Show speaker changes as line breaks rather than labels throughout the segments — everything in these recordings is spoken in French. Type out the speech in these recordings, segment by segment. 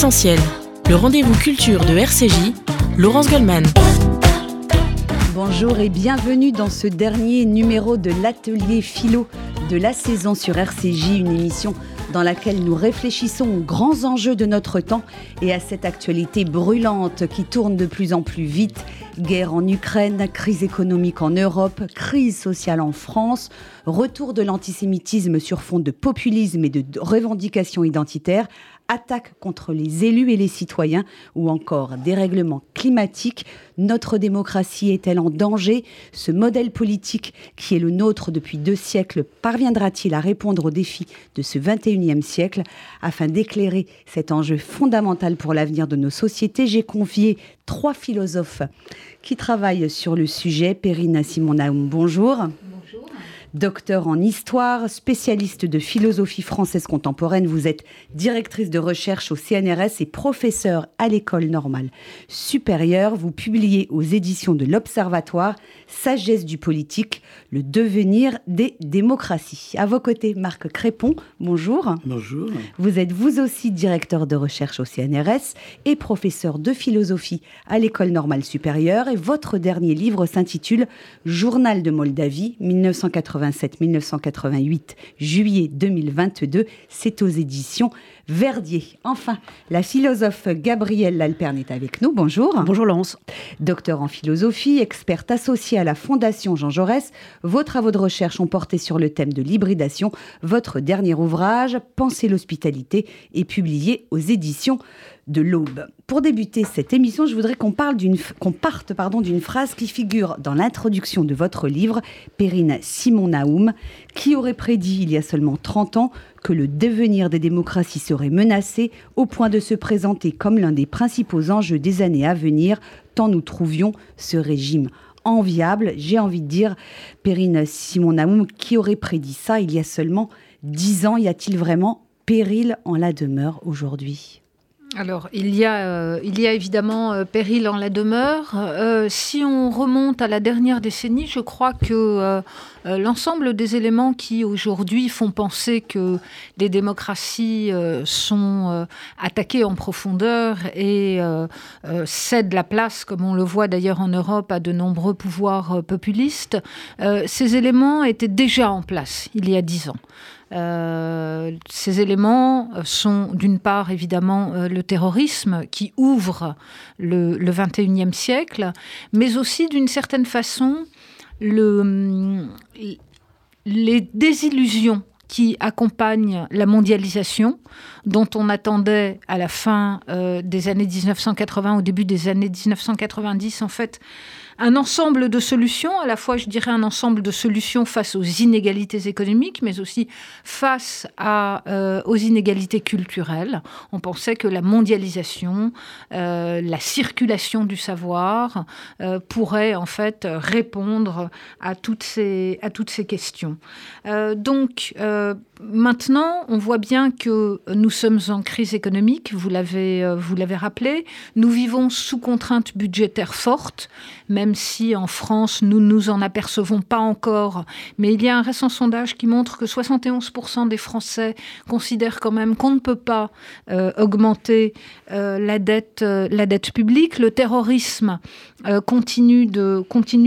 Essentiel, le rendez-vous culture de RCJ, Laurence Goldman.
Bonjour et bienvenue dans ce dernier numéro de l'Atelier Philo de la saison sur RCJ, une émission dans laquelle nous réfléchissons aux grands enjeux de notre temps et à cette actualité brûlante qui tourne de plus en plus vite. Guerre en Ukraine, crise économique en Europe, crise sociale en France, retour de l'antisémitisme sur fond de populisme et de revendications identitaires, attaques contre les élus et les citoyens ou encore dérèglement climatique. Notre démocratie est-elle en danger ? Ce modèle politique qui est le nôtre depuis 2 siècles parviendra-t-il à répondre aux défis de ce 21e siècle ? Afin d'éclairer cet enjeu fondamental pour l'avenir de nos sociétés, j'ai convié 3 philosophes qui travaillent sur le sujet. Perrine Simon-Naoum, bonjour.
Bonjour.
Docteur en histoire, spécialiste de philosophie française contemporaine, vous êtes directrice de recherche au CNRS et professeure à l'École normale supérieure. Vous publiez aux éditions de l'Observatoire Sagesse du politique, le devenir des démocraties. À vos côtés, Marc Crépon, bonjour.
Bonjour.
Vous êtes vous aussi directeur de recherche au CNRS et professeur de philosophie à l'École normale supérieure. Et votre dernier livre s'intitule Journal de Moldavie, 1987-1988, juillet 2022. C'est aux éditions Verdier. Enfin, la philosophe Gabrielle Lalperne est avec nous. Bonjour.
Bonjour Laurence.
Docteur en philosophie, experte associée à la Fondation Jean Jaurès, vos travaux de recherche ont porté sur le thème de l'hybridation. Votre dernier ouvrage, Penser l'hospitalité, est publié aux éditions de l'Aube. Pour débuter cette émission, je voudrais qu'on parte d'une phrase qui figure dans l'introduction de votre livre, Perrine Simon-Naoum, qui aurait prédit il y a seulement 30 ans que le devenir des démocraties serait menacé au point de se présenter comme l'un des principaux enjeux des années à venir, tant nous trouvions ce régime enviable. J'ai envie de dire, Perrine Simon-Naoum, qui aurait prédit ça il y a seulement 10 ans ? Y a-t-il vraiment péril en la demeure aujourd'hui ?
Alors, il y a évidemment péril en la demeure. Si on remonte à la dernière décennie, je crois que l'ensemble des éléments qui aujourd'hui font penser que les démocraties sont attaquées en profondeur et cèdent la place, comme on le voit d'ailleurs en Europe, à de nombreux pouvoirs populistes, ces éléments étaient déjà en place il y a 10 ans. Ces éléments sont d'une part évidemment le terrorisme qui ouvre le 21e siècle, mais aussi d'une certaine façon les désillusions qui accompagnent la mondialisation, dont on attendait à la fin des années 1980, au début des années 1990, en fait, un ensemble de solutions, à la fois, je dirais, un ensemble de solutions face aux inégalités économiques, mais aussi face aux inégalités culturelles. On pensait que la mondialisation, la circulation du savoir pourrait, en fait, répondre à toutes ces questions. Maintenant, on voit bien que nous sommes en crise économique, vous l'avez rappelé. Nous vivons sous contraintes budgétaires fortes, même si en France, nous ne nous en apercevons pas encore. Mais il y a un récent sondage qui montre que 71% des Français considèrent quand même qu'on ne peut pas augmenter la dette publique. Le terrorisme continue de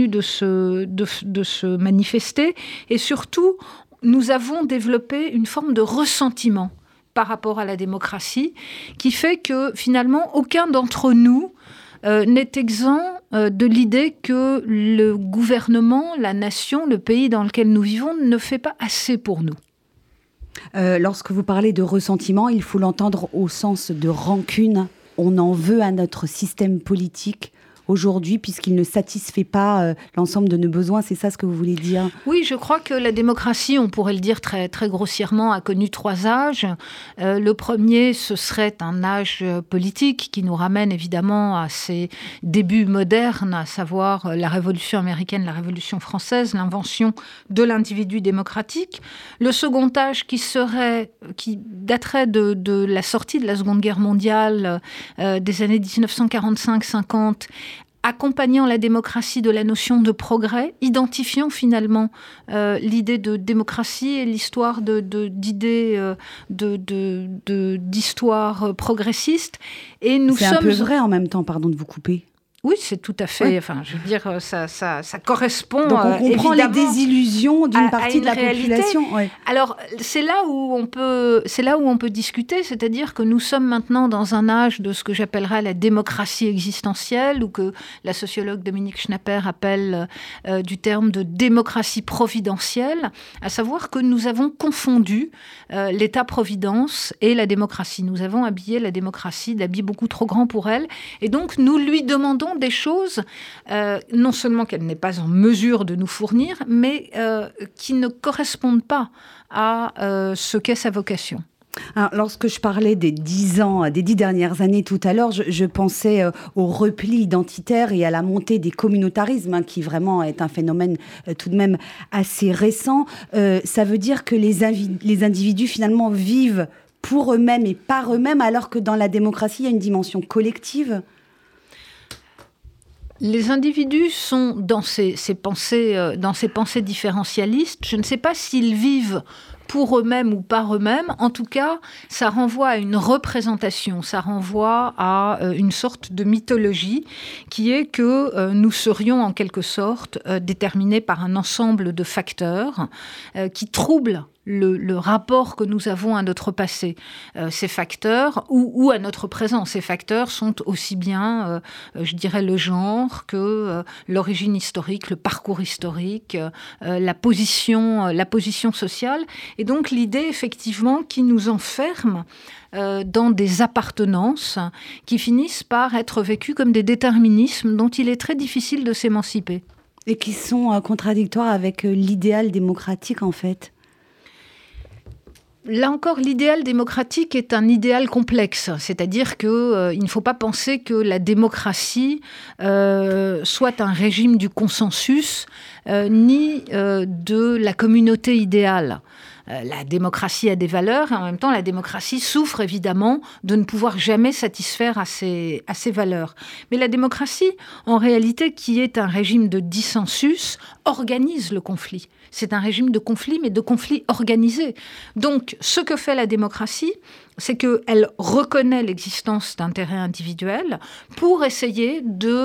se manifester. Et surtout, nous avons développé une forme de ressentiment par rapport à la démocratie qui fait que finalement aucun d'entre nous n'est exempt de l'idée que le gouvernement, la nation, le pays dans lequel nous vivons ne fait pas assez pour nous.
Lorsque vous parlez de ressentiment, il faut l'entendre au sens de rancune. On en veut à notre système politique aujourd'hui, puisqu'il ne satisfait pas l'ensemble de nos besoins. C'est ça ce que vous voulez dire ?
Oui, je crois que la démocratie, on pourrait le dire très, très grossièrement, a connu 3 âges. Le premier, ce serait un âge politique qui nous ramène évidemment à ses débuts modernes, à savoir la Révolution américaine, la Révolution française, l'invention de l'individu démocratique. Le second âge qui daterait de la sortie de la Seconde Guerre mondiale des années 1945-50, accompagnant la démocratie de la notion de progrès, identifiant finalement l'idée de démocratie et l'histoire d'idées d'histoire progressiste. Et
c'est un peu vrai en même temps, pardon de vous couper.
Oui, c'est tout à fait. Oui. Enfin, je veux dire, ça correspond.
Donc on comprend les désillusions d'une partie de la population.
Ouais. Alors c'est là où on peut discuter, c'est-à-dire que nous sommes maintenant dans un âge de ce que j'appellerais la démocratie existentielle, ou que la sociologue Dominique Schnapper appelle du terme de démocratie providentielle, à savoir que nous avons confondu l'État-providence et la démocratie. Nous avons habillé la démocratie d'habits beaucoup trop grands pour elle, et donc nous lui demandons des choses, non seulement qu'elle n'est pas en mesure de nous fournir, mais qui ne correspondent pas à ce qu'est sa vocation.
Alors, lorsque je parlais des 10 ans, des 10 dernières années tout à l'heure, je pensais au repli identitaire et à la montée des communautarismes, qui vraiment est un phénomène tout de même assez récent. Ça veut dire que les individus finalement vivent pour eux-mêmes et par eux-mêmes, alors que dans la démocratie, il y a une dimension collective.
Les individus sont dans ces pensées différentialistes. Je ne sais pas s'ils vivent pour eux-mêmes ou par eux-mêmes. En tout cas, ça renvoie à une représentation, ça renvoie à une sorte de mythologie qui est que nous serions en quelque sorte déterminés par un ensemble de facteurs qui troublent le rapport que nous avons à notre passé. Ces facteurs, ou à notre présent, ces facteurs sont aussi bien, je dirais, le genre que l'origine historique, le parcours historique, la position sociale. Et donc l'idée, effectivement, qui nous enferme dans des appartenances qui finissent par être vécues comme des déterminismes dont il est très difficile de s'émanciper.
Et qui sont contradictoires avec l'idéal démocratique, en fait.
Là encore, l'idéal démocratique est un idéal complexe, c'est-à-dire qu'il ne faut pas penser que la démocratie soit un régime du consensus ni de la communauté idéale. La démocratie a des valeurs et en même temps la démocratie souffre évidemment de ne pouvoir jamais satisfaire à ses valeurs. Mais la démocratie, en réalité, qui est un régime de dissensus, organise le conflit. C'est un régime de conflit, mais de conflit organisé. Donc, ce que fait la démocratie, c'est qu'elle reconnaît l'existence d'intérêts individuels pour essayer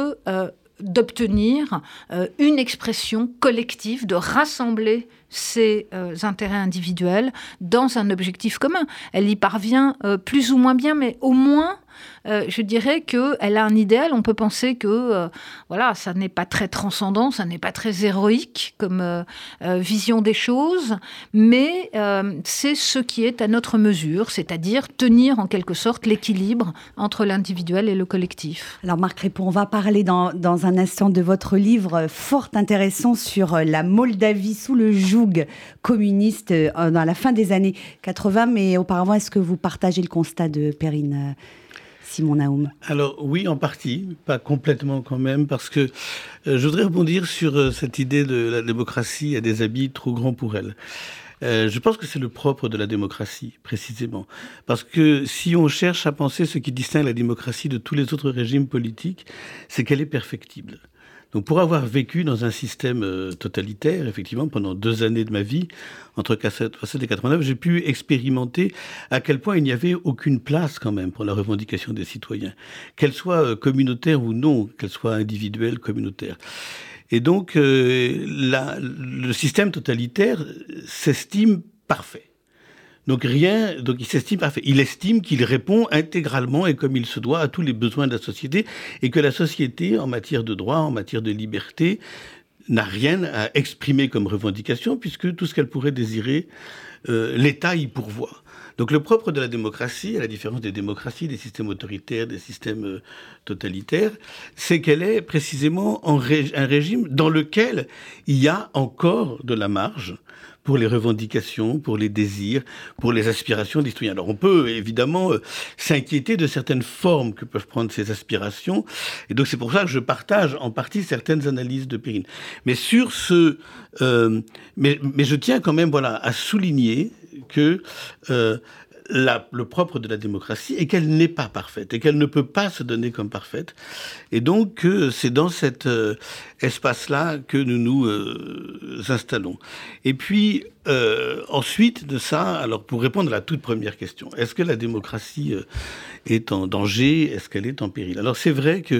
d'obtenir une expression collective, de rassembler ces intérêts individuels dans un objectif commun. Elle y parvient plus ou moins bien, mais au moins, je dirais qu'elle a un idéal. On peut penser que ça n'est pas très transcendant, ça n'est pas très héroïque comme vision des choses, mais c'est ce qui est à notre mesure, c'est-à-dire tenir en quelque sorte l'équilibre entre l'individuel et le collectif.
Alors Marc Répon, on va parler dans un instant de votre livre fort intéressant sur la Moldavie sous le joug communiste dans la fin des années 80, mais auparavant, est-ce que vous partagez le constat de Perrine Simon Naoum?
Alors oui, en partie, pas complètement quand même, parce que je voudrais rebondir sur cette idée de la démocratie à des habits trop grands pour elle. Je pense que c'est le propre de la démocratie, précisément. Parce que si on cherche à penser ce qui distingue la démocratie de tous les autres régimes politiques, c'est qu'elle est perfectible. Donc pour avoir vécu dans un système totalitaire, effectivement, pendant 2 années de ma vie, entre 87 et 89, j'ai pu expérimenter à quel point il n'y avait aucune place quand même pour la revendication des citoyens, qu'elle soit communautaire ou non, qu'elle soit individuelle, communautaire. Et donc le système totalitaire s'estime parfait. Donc il s'estime parfait. Il estime qu'il répond intégralement et comme il se doit à tous les besoins de la société et que la société, en matière de droit, en matière de liberté, n'a rien à exprimer comme revendication puisque tout ce qu'elle pourrait désirer, l'État y pourvoit. Donc le propre de la démocratie, à la différence des démocraties, des systèmes autoritaires, des systèmes totalitaires, c'est qu'elle est précisément un régime dans lequel il y a encore de la marge pour les revendications, pour les désirs, pour les aspirations des citoyens. Alors on peut évidemment s'inquiéter de certaines formes que peuvent prendre ces aspirations, et donc c'est pour ça que je partage en partie certaines analyses de Perrine. Mais sur mais je tiens quand même à souligner que le propre de la démocratie est qu'elle n'est pas parfaite et qu'elle ne peut pas se donner comme parfaite. Et donc, c'est dans cet espace-là que nous nous installons. Et puis, ensuite de ça, alors pour répondre à la toute première question, est-ce que la démocratie est en danger? Est-ce qu'elle est en péril? Alors, c'est vrai que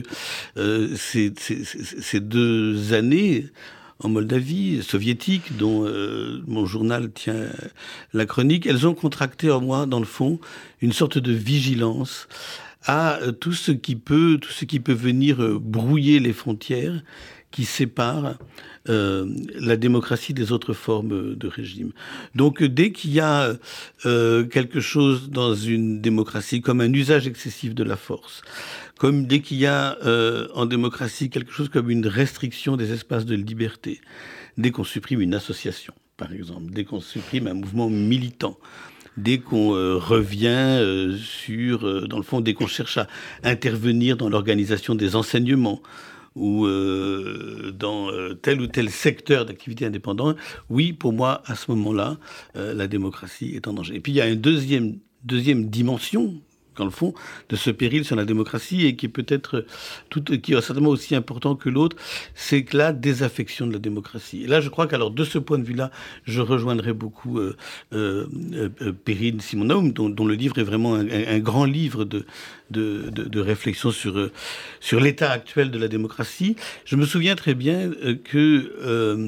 ces 2 années en Moldavie soviétique, dont mon journal tient la chronique, elles ont contracté en moi, dans le fond, une sorte de vigilance à tout ce qui peut venir brouiller les frontières qui séparent la démocratie des autres formes de régime. Donc dès qu'il y a quelque chose dans une démocratie comme un usage excessif de la force, comme dès qu'il y a en démocratie quelque chose comme une restriction des espaces de liberté, dès qu'on supprime une association, par exemple, dès qu'on supprime un mouvement militant, dès qu'on revient dans le fond, dès qu'on cherche à intervenir dans l'organisation des enseignements, ou dans tel ou tel secteur d'activité indépendante, oui, pour moi, à ce moment-là, la démocratie est en danger. Et puis, il y a une deuxième dimension, dans le fond, de ce péril sur la démocratie, et qui est peut-être qui est certainement aussi important que l'autre, c'est que la désaffection de la démocratie. Et là, je crois qu'alors, de ce point de vue-là, je rejoindrai beaucoup Perrine Simonaum, dont le livre est vraiment un grand livre de réflexion sur l'état actuel de la démocratie. Je me souviens très bien que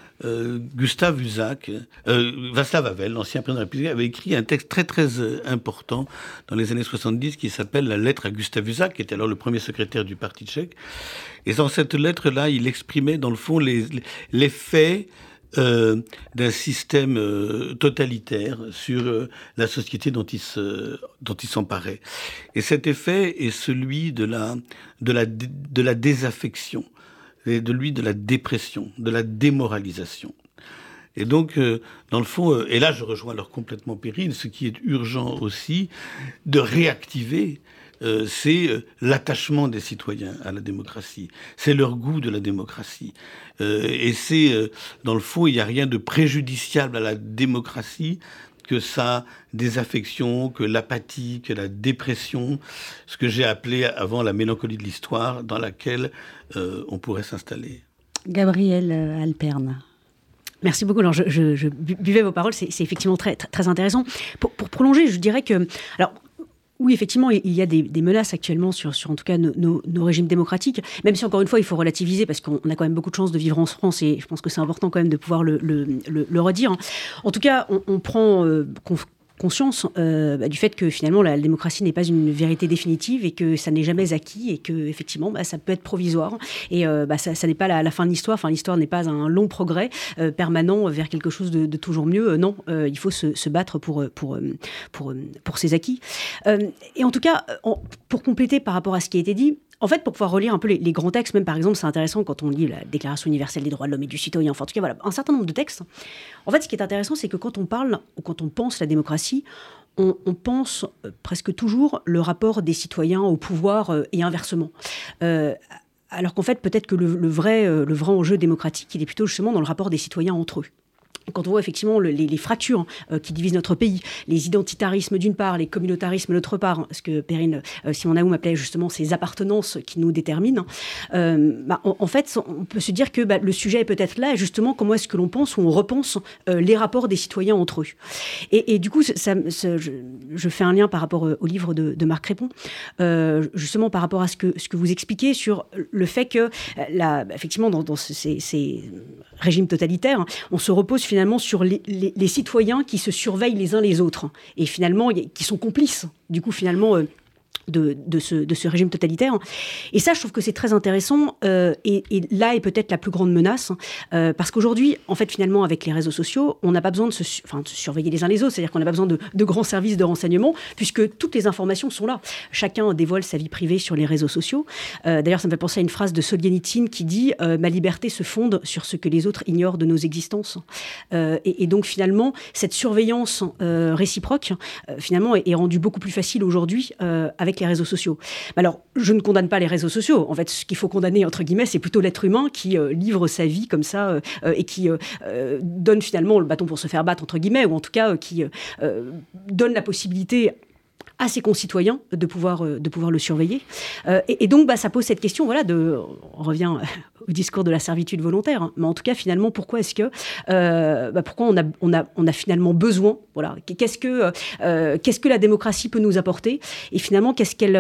Václav Havel, l'ancien président de la République, avait écrit un texte très très important dans les années 70 qui s'appelle la lettre à Gustav Husak, qui était alors le premier secrétaire du Parti tchèque. Et dans cette lettre-là, il exprimait dans le fond les faits d'un système totalitaire sur la société dont il s'emparait. Et cet effet est celui de la désaffection, et de la dépression, de la démoralisation. Et donc, dans le fond, et là je rejoins alors complètement Perrine, ce qui est urgent aussi de réactiver, c'est l'attachement des citoyens à la démocratie, c'est leur goût de la démocratie. Et c'est, dans le fond, il n'y a rien de préjudiciable à la démocratie que sa désaffection, que l'apathie, que la dépression, ce que j'ai appelé avant la mélancolie de l'histoire, dans laquelle on pourrait s'installer.
Gabrielle Alperne.
Merci beaucoup. Alors, je buvais vos paroles, c'est effectivement très, très intéressant. Pour prolonger, je dirais que... Alors, oui, effectivement, il y a des menaces actuellement sur en tout cas nos régimes démocratiques, même si encore une fois, il faut relativiser parce qu'on a quand même beaucoup de chance de vivre en France et je pense que c'est important quand même de pouvoir le redire. En tout cas, on prend conscience du fait que finalement la démocratie n'est pas une vérité définitive et que ça n'est jamais acquis et que effectivement ça peut être provisoire et ça n'est pas la fin de l'histoire. Enfin, l'histoire n'est pas un long progrès permanent vers quelque chose de toujours mieux. Non, il faut se battre pour ces acquis. Et en tout cas, pour compléter par rapport à ce qui a été dit, en fait, pour pouvoir relire un peu les grands textes, même par exemple, c'est intéressant quand on lit la Déclaration universelle des droits de l'homme et du citoyen, enfin en tout cas, voilà, un certain nombre de textes. En fait, ce qui est intéressant, c'est que quand on parle ou quand on pense la démocratie, on pense presque toujours le rapport des citoyens au pouvoir et inversement. Alors qu'en fait, peut-être que le vrai enjeu démocratique, il est plutôt justement dans le rapport des citoyens entre eux. Quand on voit effectivement les fractures qui divisent notre pays, les identitarismes d'une part, les communautarismes d'autre part, ce que Perrine Simonaum appelait justement ces appartenances qui nous déterminent, en fait, on peut se dire que le sujet est peut-être là, justement, comment est-ce que l'on pense ou on repense les rapports des citoyens entre eux. Et du coup, je fais un lien par rapport au livre de Marc Crépon, justement par rapport à ce que vous expliquez sur le fait que, effectivement, dans ces régimes totalitaires, on se repose finalement sur les citoyens qui se surveillent les uns les autres et finalement qui sont complices du coup finalement de ce régime totalitaire. Et ça, je trouve que c'est très intéressant et là est peut-être la plus grande menace parce qu'aujourd'hui, en fait, finalement, avec les réseaux sociaux, on n'a pas besoin de se surveiller les uns les autres, c'est-à-dire qu'on n'a pas besoin de grands services de renseignement puisque toutes les informations sont là. Chacun dévoile sa vie privée sur les réseaux sociaux. D'ailleurs, ça me fait penser à une phrase de Solzhenitsyn qui dit « Ma liberté se fonde sur ce que les autres ignorent de nos existences ». Et donc, finalement, cette surveillance réciproque, finalement, est rendue beaucoup plus facile aujourd'hui avec les réseaux sociaux. Alors, je ne condamne pas les réseaux sociaux. En fait, ce qu'il faut condamner, entre guillemets, c'est plutôt l'être humain qui livre sa vie comme ça et qui donne finalement le bâton pour se faire battre, entre guillemets, ou en tout cas qui donne la possibilité à ses concitoyens de pouvoir le surveiller. Et donc, ça pose cette question, voilà, on revient au discours de la servitude volontaire, hein, mais en tout cas, finalement, pourquoi est-ce que, pourquoi on a finalement besoin, voilà, qu'est-ce que la démocratie peut nous apporter, et finalement,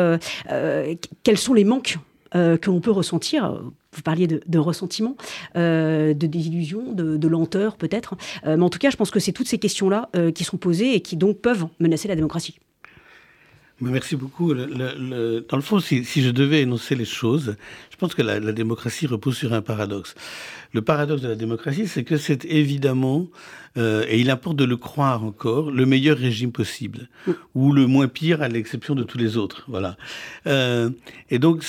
quels sont les manques que l'on peut ressentir. Vous parliez de ressentiment, de désillusion, de lenteur peut-être, mais en tout cas, je pense que c'est toutes ces questions-là qui sont posées et qui donc peuvent menacer la démocratie.
Merci beaucoup. Dans le fond, si je devais énoncer les choses, je pense que la démocratie repose sur un paradoxe. Le paradoxe de la démocratie, c'est que c'est évidemment, et il importe de le croire encore, le meilleur régime possible, ou le moins pire à l'exception de tous les autres. Voilà. Et donc,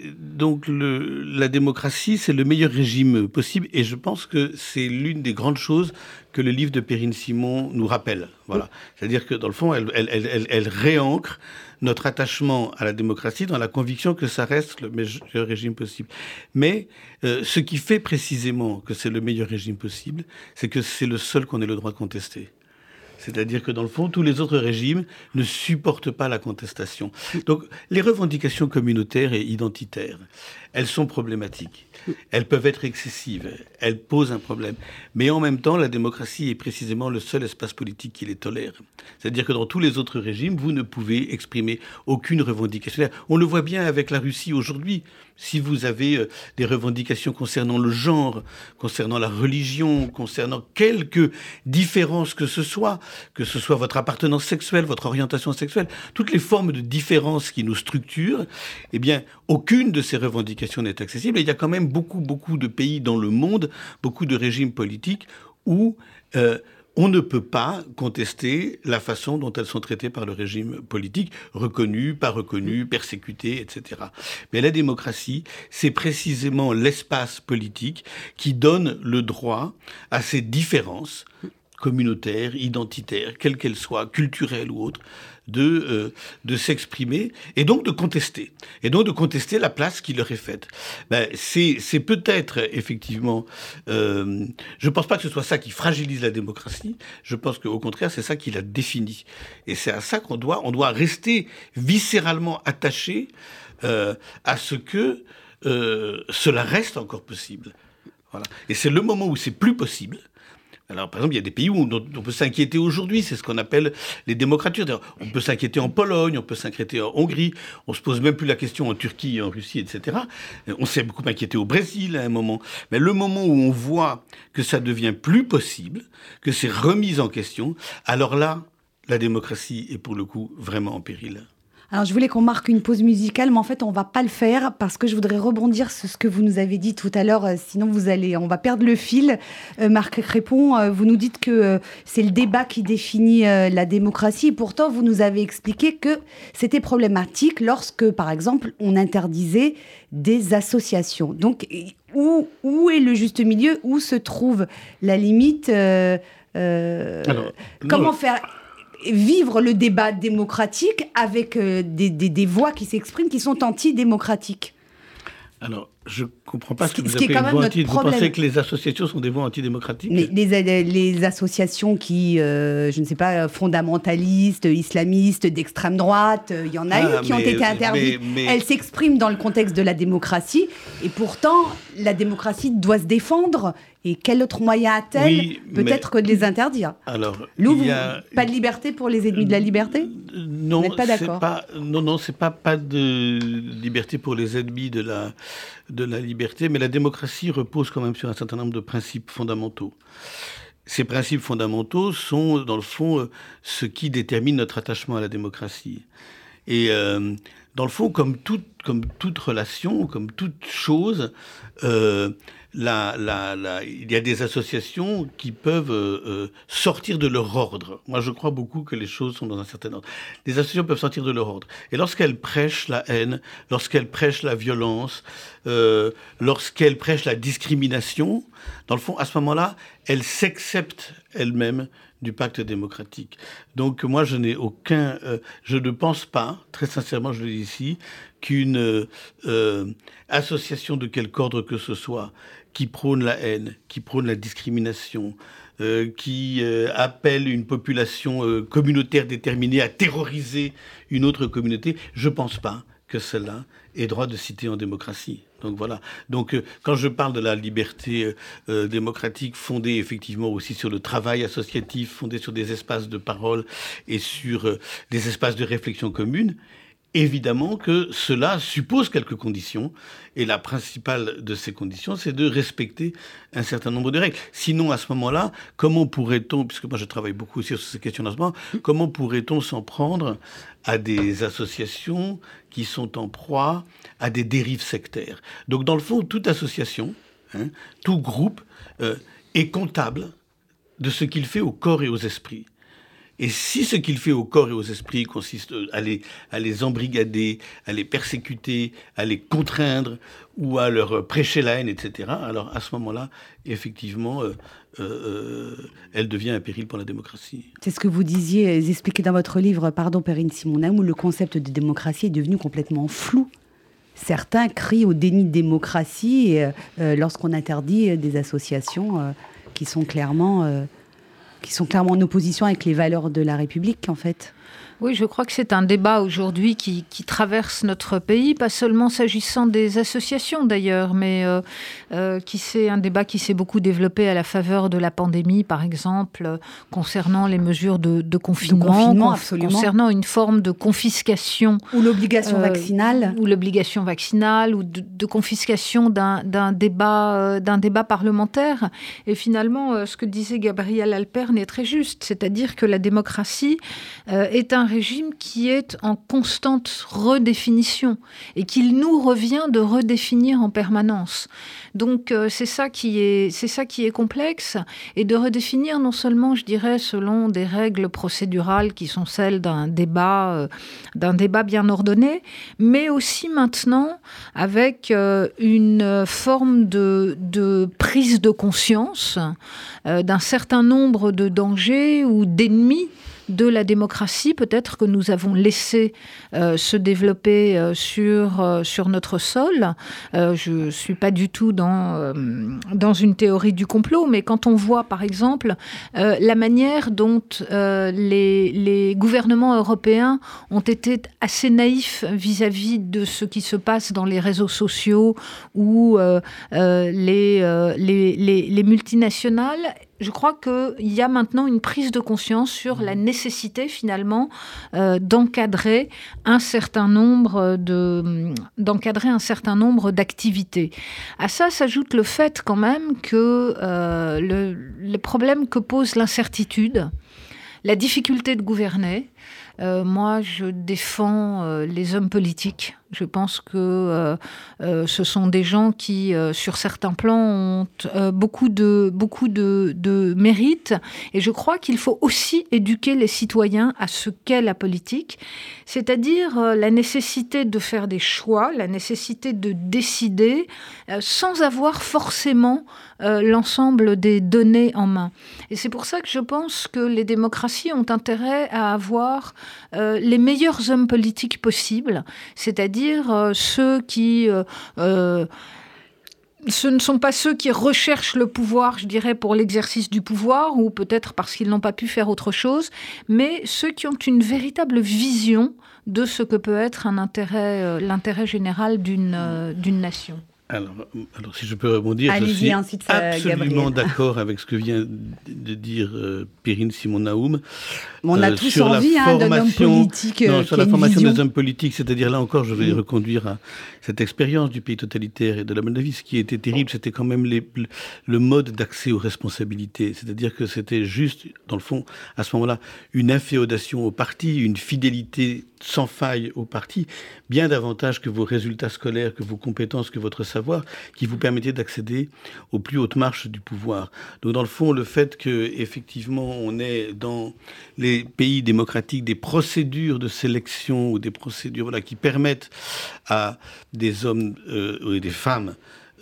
la démocratie, c'est le meilleur régime possible, et je pense que c'est l'une des grandes choses que le livre de Perrine Simon nous rappelle. Voilà. C'est-à-dire que, dans le fond, elle réancre notre attachement à la démocratie dans la conviction que ça reste le meilleur régime possible. Mais ce qui fait précisément que c'est le meilleur régime possible, c'est que c'est le seul qu'on ait le droit de contester. C'est-à-dire que, dans le fond, tous les autres régimes ne supportent pas la contestation. Donc, les revendications communautaires et identitaires, elles sont problématiques. Elles peuvent être excessives. Elles posent un problème. Mais en même temps, la démocratie est précisément le seul espace politique qui les tolère. C'est-à-dire que dans tous les autres régimes, vous ne pouvez exprimer aucune revendication. On le voit bien avec la Russie aujourd'hui. Si vous avez des revendications concernant le genre, concernant la religion, concernant quelque différence que ce soit votre appartenance sexuelle, votre orientation sexuelle, toutes les formes de différence qui nous structurent, eh bien, aucune de ces revendications n'est accessible. Et il y a quand même beaucoup de pays dans le monde, beaucoup de régimes politiques où on ne peut pas contester la façon dont elles sont traitées par le régime politique, reconnues, pas reconnues, persécutées, etc. Mais la démocratie, c'est précisément l'espace politique qui donne le droit à ces différences communautaires, identitaires, quelles qu'elles soient, culturelles ou autres, de s'exprimer et donc de contester. Et donc de contester la place qui leur est faite. C'est peut-être, effectivement... je ne pense pas que ce soit ça qui fragilise la démocratie. Je pense qu'au contraire, c'est ça qui la définit. Et c'est à ça qu'on doit rester viscéralement attaché à ce que cela reste encore possible. Voilà. Et c'est le moment où c'est plus possible. Alors, par exemple, il y a des pays où on peut s'inquiéter aujourd'hui, c'est ce qu'on appelle les démocratures. On peut s'inquiéter en Pologne, on peut s'inquiéter en Hongrie, on se pose même plus la question en Turquie, en Russie, etc. On s'est beaucoup inquiété au Brésil à un moment. Mais le moment où on voit que ça devient plus possible, que c'est remis en question, alors là, la démocratie est pour le coup vraiment en péril.
Alors, je voulais qu'on marque une pause musicale, mais en fait, on ne va pas le faire parce que je voudrais rebondir sur ce que vous nous avez dit tout à l'heure. Sinon, on va perdre le fil. Marc Crépon, vous nous dites que c'est le débat qui définit la démocratie. Et pourtant, vous nous avez expliqué que c'était problématique lorsque, par exemple, on interdisait des associations. Donc, où est le juste milieu? Où se trouve la limite Comment faire vivre le débat démocratique avec des voix qui s'expriment qui sont antidémocratiques?
Alors, je ne comprends pas ce que vous appelez une voix anti. Vous pensez que les associations sont des voix antidémocratiques?
Les associations qui, je ne sais pas, fondamentalistes, islamistes, d'extrême droite, il y en a qui ont été interdites. Elles s'expriment dans le contexte de la démocratie. Et pourtant, la démocratie doit se défendre. Et quel autre moyen a-t-elle peut-être que de les interdire?
Alors,
pas de liberté pour les ennemis de la liberté?
Non,
vous n'êtes pas d'accord?
Non, c'est pas de liberté pour les ennemis de la liberté, mais la démocratie repose quand même sur un certain nombre de principes fondamentaux. Ces principes fondamentaux sont, dans le fond, ce qui détermine notre attachement à la démocratie. Et dans le fond, comme toute relation, comme toute chose, il y a des associations qui peuvent sortir de leur ordre. Moi, je crois beaucoup que les choses sont dans un certain ordre. Les associations peuvent sortir de leur ordre. Et lorsqu'elles prêchent la haine, lorsqu'elles prêchent la violence, lorsqu'elles prêchent la discrimination, dans le fond, à ce moment-là, elles s'acceptent elles-mêmes du pacte démocratique. Donc moi, je ne pense pas, très sincèrement, je le dis ici, qu'une association de quelque ordre que ce soit qui prône la haine, qui prône la discrimination, qui appelle une population communautaire déterminée à terroriser une autre communauté, je ne pense pas que cela ait droit de citer en démocratie. Donc voilà. Donc quand je parle de la liberté démocratique fondée effectivement aussi sur le travail associatif, fondée sur des espaces de parole et sur des espaces de réflexion commune, évidemment que cela suppose quelques conditions, et la principale de ces conditions, c'est de respecter un certain nombre de règles. Sinon, à ce moment-là, comment pourrait-on, puisque moi je travaille beaucoup aussi sur ces questions en ce moment, comment pourrait-on s'en prendre à des associations qui sont en proie à des dérives sectaires? Donc dans le fond, toute association, tout groupe est comptable de ce qu'il fait au corps et aux esprits. Et si ce qu'il fait au corps et aux esprits consiste à les embrigader, à les persécuter, à les contraindre ou à leur prêcher la haine, etc., alors à ce moment-là, effectivement, elle devient un péril pour la démocratie.
C'est ce que vous disiez, expliquez dans votre livre, Perrine Simon-Naoum, où le concept de démocratie est devenu complètement flou. Certains crient au déni de démocratie lorsqu'on interdit des associations qui sont clairement en opposition avec les valeurs de la République, en fait.
Oui, je crois que c'est un débat aujourd'hui qui traverse notre pays, pas seulement s'agissant des associations d'ailleurs, mais c'est un débat qui s'est beaucoup développé à la faveur de la pandémie, par exemple, concernant les mesures de confinement, concernant une forme de confiscation.
Ou l'obligation vaccinale.
Ou l'obligation vaccinale, ou de confiscation d'un débat parlementaire. Et finalement, ce que disait Gabriel Alpern est très juste, c'est-à-dire que la démocratie est un régime qui est en constante redéfinition et qu'il nous revient de redéfinir en permanence. Donc c'est ça qui est complexe, et de redéfinir non seulement, je dirais, selon des règles procédurales qui sont celles d'un débat bien ordonné, mais aussi maintenant avec une forme de prise de conscience d'un certain nombre de dangers ou d'ennemis de la démocratie, peut-être que nous avons laissé se développer sur notre sol. Je ne suis pas du tout dans une théorie du complot, mais quand on voit, par exemple, la manière dont les gouvernements européens ont été assez naïfs vis-à-vis de ce qui se passe dans les réseaux sociaux ou les multinationales, je crois qu'il y a maintenant une prise de conscience sur la nécessité, finalement, d'encadrer un certain nombre d'activités. À ça s'ajoute le fait, quand même, que le problème que pose l'incertitude, la difficulté de gouverner. Moi, je défends les hommes politiques. Je pense que ce sont des gens qui, sur certains plans, ont beaucoup de mérite. Et je crois qu'il faut aussi éduquer les citoyens à ce qu'est la politique, c'est-à-dire la nécessité de faire des choix, la nécessité de décider sans avoir forcément l'ensemble des données en main. Et c'est pour ça que je pense que les démocraties ont intérêt à avoir les meilleurs hommes politiques possibles, c'est-à-dire ceux qui... ce ne sont pas ceux qui recherchent le pouvoir, je dirais, pour l'exercice du pouvoir, ou peut-être parce qu'ils n'ont pas pu faire autre chose, mais ceux qui ont une véritable vision de ce que peut être l'intérêt général d'une nation.
Alors, si je peux rebondir, je suis absolument d'accord avec ce que vient de dire Perrine Simon-Naoum.
On a tous envie d'un homme politique.
Sur la formation des hommes politiques, c'est-à-dire là encore, je vais reconduire à cette expérience du pays totalitaire et de la Moldavie. Ce qui était terrible, c'était quand même le mode d'accès aux responsabilités. C'est-à-dire que c'était juste, dans le fond, à ce moment-là, une inféodation au parti, une fidélité sans faille au parti, bien davantage que vos résultats scolaires, que vos compétences, que votre savoir, qui vous permettaient d'accéder aux plus hautes marches du pouvoir. Donc, dans le fond, le fait qu'effectivement, on ait dans les pays démocratiques des procédures de sélection ou des procédures qui permettent à des hommes et des femmes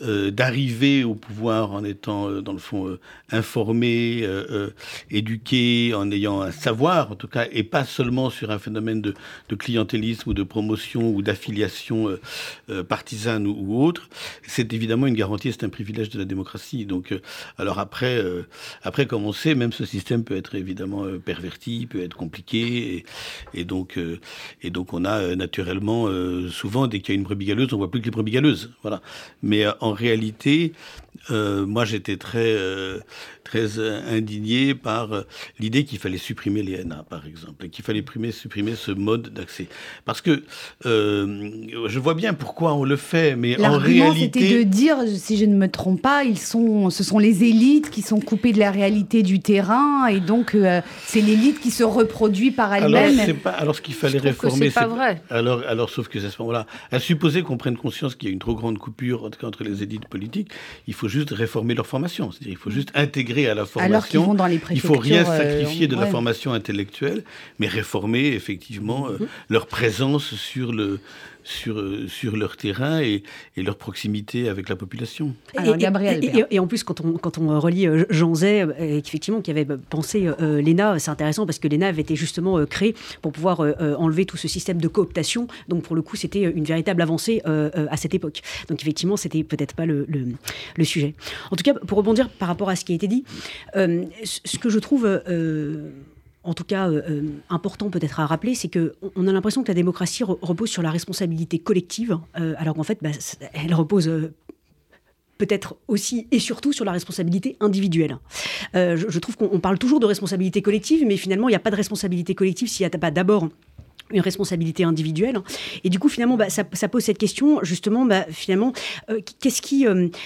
d'arriver au pouvoir en étant, dans le fond, informé, éduqué, en ayant un savoir, en tout cas, et pas seulement sur un phénomène de clientélisme ou de promotion ou d'affiliation partisane ou autre, c'est évidemment une garantie, c'est un privilège de la démocratie. Donc, alors après, comme on sait, même ce système peut être évidemment perverti, peut être compliqué, et donc on a naturellement souvent, dès qu'il y a une brebis galeuse, on voit plus que les brebis galeuses. Voilà. Mais en réalité, moi j'étais très indigné par l'idée qu'il fallait supprimer les NA, par exemple, et qu'il fallait supprimer ce mode d'accès. Parce que je vois bien pourquoi on le fait, mais en réalité...
c'était de dire, si je ne me trompe pas, ce sont les élites qui sont coupées de la réalité du terrain, et donc c'est l'élite qui se reproduit par elle-même.
Alors ce qu'il fallait réformer...
c'est pas vrai.
Alors sauf que à ce moment-là, à supposer qu'on prenne conscience qu'il y a une trop grande coupure entre les élites politiques, il faut juste réformer leur formation. C'est-à-dire il faut juste intégrer à la formation.
Alors qu'ils vont dans les préfectures,
il faut rien sacrifier de la formation intellectuelle, mais réformer effectivement leur présence sur leur terrain et leur proximité avec la population.
Alors, Gabriel
et en plus, quand on relit Jean Zay, effectivement, qui avait pensé l'ENA, c'est intéressant parce que l'ENA avait été justement créée pour pouvoir enlever tout ce système de cooptation. Donc, pour le coup, c'était une véritable avancée à cette époque. Donc, effectivement, c'était peut-être pas le sujet. En tout cas, pour rebondir par rapport à ce qui a été dit, ce que je trouve... en tout cas, important peut-être à rappeler, c'est qu'on a l'impression que la démocratie repose sur la responsabilité collective, alors qu'en fait, elle repose peut-être aussi et surtout sur la responsabilité individuelle. Je trouve qu'on parle toujours de responsabilité collective, mais finalement, il n'y a pas de responsabilité collective s'il n'y a pas d'abord une responsabilité individuelle. Et du coup, finalement, ça pose cette question, justement, finalement, qu'est-ce qui...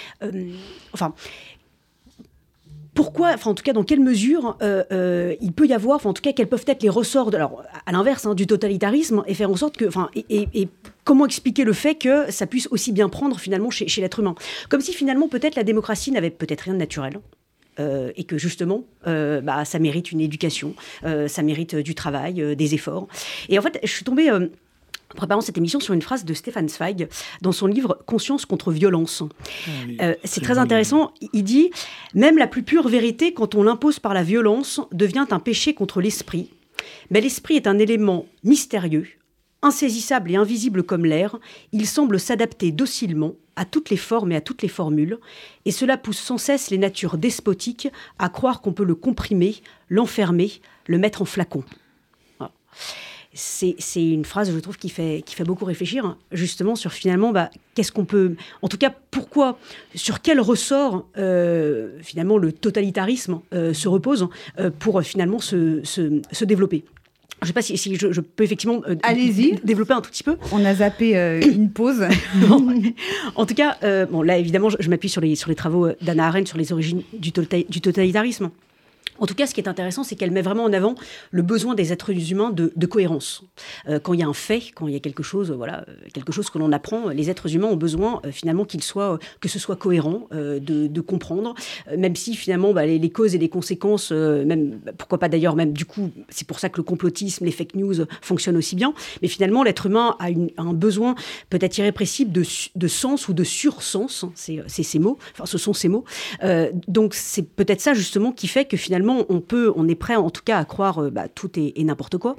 pourquoi, en tout cas, dans quelle mesure il peut y avoir, en tout cas, quels peuvent être les ressorts, alors, à l'inverse, du totalitarisme, et faire en sorte que, et comment expliquer le fait que ça puisse aussi bien prendre, finalement, chez l'être humain. Comme si, finalement, peut-être la démocratie n'avait peut-être rien de naturel. Et que justement, ça mérite une éducation, ça mérite du travail, des efforts. Et en fait, je suis tombée... en préparant cette émission sur une phrase de Stefan Zweig dans son livre « Conscience contre violence ». C'est très intéressant. Il dit « Même la plus pure vérité, quand on l'impose par la violence, devient un péché contre l'esprit. Mais l'esprit est un élément mystérieux, insaisissable et invisible comme l'air. Il semble s'adapter docilement à toutes les formes et à toutes les formules. Et cela pousse sans cesse les natures despotiques à croire qu'on peut le comprimer, l'enfermer, le mettre en flacon. » Voilà. C'est une phrase, je trouve, qui fait beaucoup réfléchir, justement, sur finalement, qu'est-ce qu'on peut... En tout cas, pourquoi, sur quel ressort, finalement, le totalitarisme se repose pour, finalement, se développer. Je ne sais pas si je peux effectivement développer un tout petit peu.
On a zappé une pause.
En tout cas, là, évidemment, je m'appuie sur les travaux d'Hannah Arendt sur les origines du totalitarisme. En tout cas, ce qui est intéressant, c'est qu'elle met vraiment en avant le besoin des êtres humains de cohérence. Quand il y a un fait, quand il y a quelque chose que l'on apprend, les êtres humains ont besoin finalement que ce soit cohérent, de comprendre, même si finalement les causes et les conséquences, même pourquoi pas d'ailleurs, même du coup, c'est pour ça que le complotisme, les fake news fonctionnent aussi bien. Mais finalement, l'être humain a un besoin peut-être irrépressible de sens ou de sursens. C'est ces mots. Enfin, ce sont ces mots. Donc c'est peut-être ça justement qui fait que finalement on est prêt en tout cas à croire tout et n'importe quoi.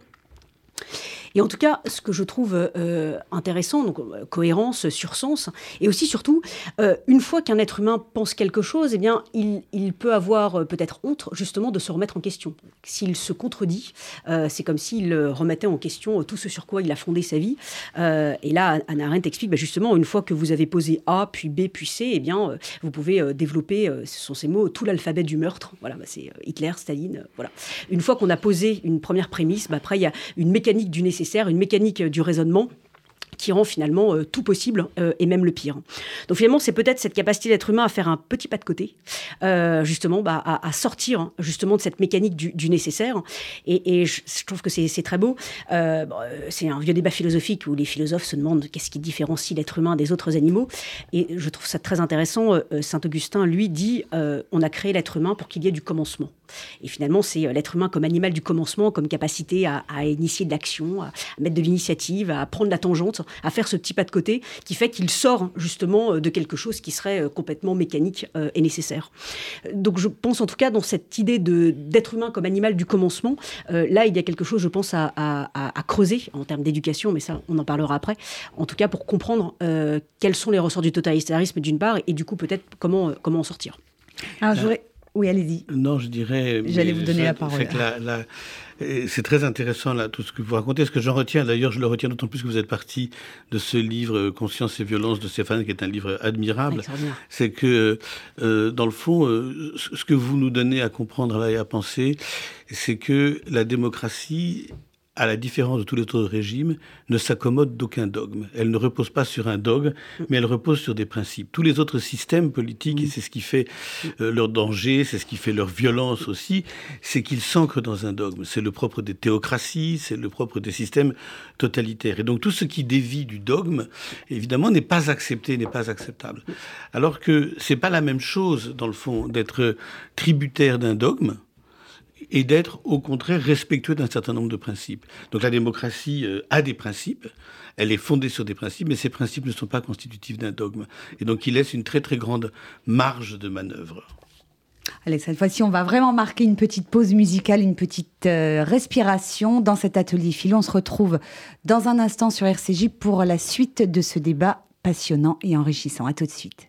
Et en tout cas, ce que je trouve intéressant, donc cohérence, sursens, et aussi surtout, une fois qu'un être humain pense quelque chose, eh bien, il peut avoir peut-être honte justement de se remettre en question. S'il se contredit, c'est comme s'il remettait en question tout ce sur quoi il a fondé sa vie. Et là, Hannah Arendt explique justement, une fois que vous avez posé A, puis B, puis C, eh bien, vous pouvez développer, ce sont ces mots, tout l'alphabet du meurtre. Voilà, c'est Hitler, Staline, voilà. Une fois qu'on a posé une première prémisse, après, il y a une mécanique du nécessaire, une mécanique du raisonnement qui rend finalement tout possible et même le pire. Donc finalement, c'est peut-être cette capacité d'être humain à faire un petit pas de côté, justement, à sortir justement de cette mécanique du nécessaire. Et je trouve que c'est très beau. C'est un vieux débat philosophique où les philosophes se demandent qu'est-ce qui différencie l'être humain des autres animaux. Et je trouve ça très intéressant. Saint-Augustin, lui, dit on a créé l'être humain pour qu'il y ait du commencement. Et finalement, c'est l'être humain comme animal du commencement, comme capacité à initier de l'action, à mettre de l'initiative, à prendre la tangente. à faire ce petit pas de côté qui fait qu'il sort justement de quelque chose qui serait complètement mécanique et nécessaire. Donc je pense en tout cas dans cette idée d'être humain comme animal du commencement, là il y a quelque chose je pense à creuser en termes d'éducation, mais ça on en parlera après, en tout cas pour comprendre quels sont les ressorts du totalitarisme d'une part et du coup peut-être comment en sortir.
Alors, oui, allez-y.
Non, je dirais...
J'allais vous donner la parole.
C'est très intéressant, là, tout ce que vous racontez. Ce que j'en retiens, d'ailleurs, je le retiens d'autant plus que vous êtes parti de ce livre « Conscience et violence » de Stéphane, qui est un livre admirable. C'est que, dans le fond, ce que vous nous donnez à comprendre et à penser, c'est que la démocratie, à la différence de tous les autres régimes, ne s'accommode d'aucun dogme. Elle ne repose pas sur un dogme, mais elle repose sur des principes. Tous les autres systèmes politiques, et c'est ce qui fait leur danger, c'est ce qui fait leur violence aussi, c'est qu'ils s'ancrent dans un dogme. C'est le propre des théocraties, c'est le propre des systèmes totalitaires. Et donc tout ce qui dévie du dogme, évidemment, n'est pas accepté, n'est pas acceptable. Alors que c'est pas la même chose, dans le fond, d'être tributaire d'un dogme, et d'être, au contraire, respectueux d'un certain nombre de principes. Donc la démocratie a des principes, elle est fondée sur des principes, mais ces principes ne sont pas constitutifs d'un dogme. Et donc ils laissent une très très grande marge de manœuvre.
Allez, cette fois-ci, on va vraiment marquer une petite pause musicale, une petite respiration dans cet atelier philo. On se retrouve dans un instant sur RCJ pour la suite de ce débat passionnant et enrichissant. À tout de suite.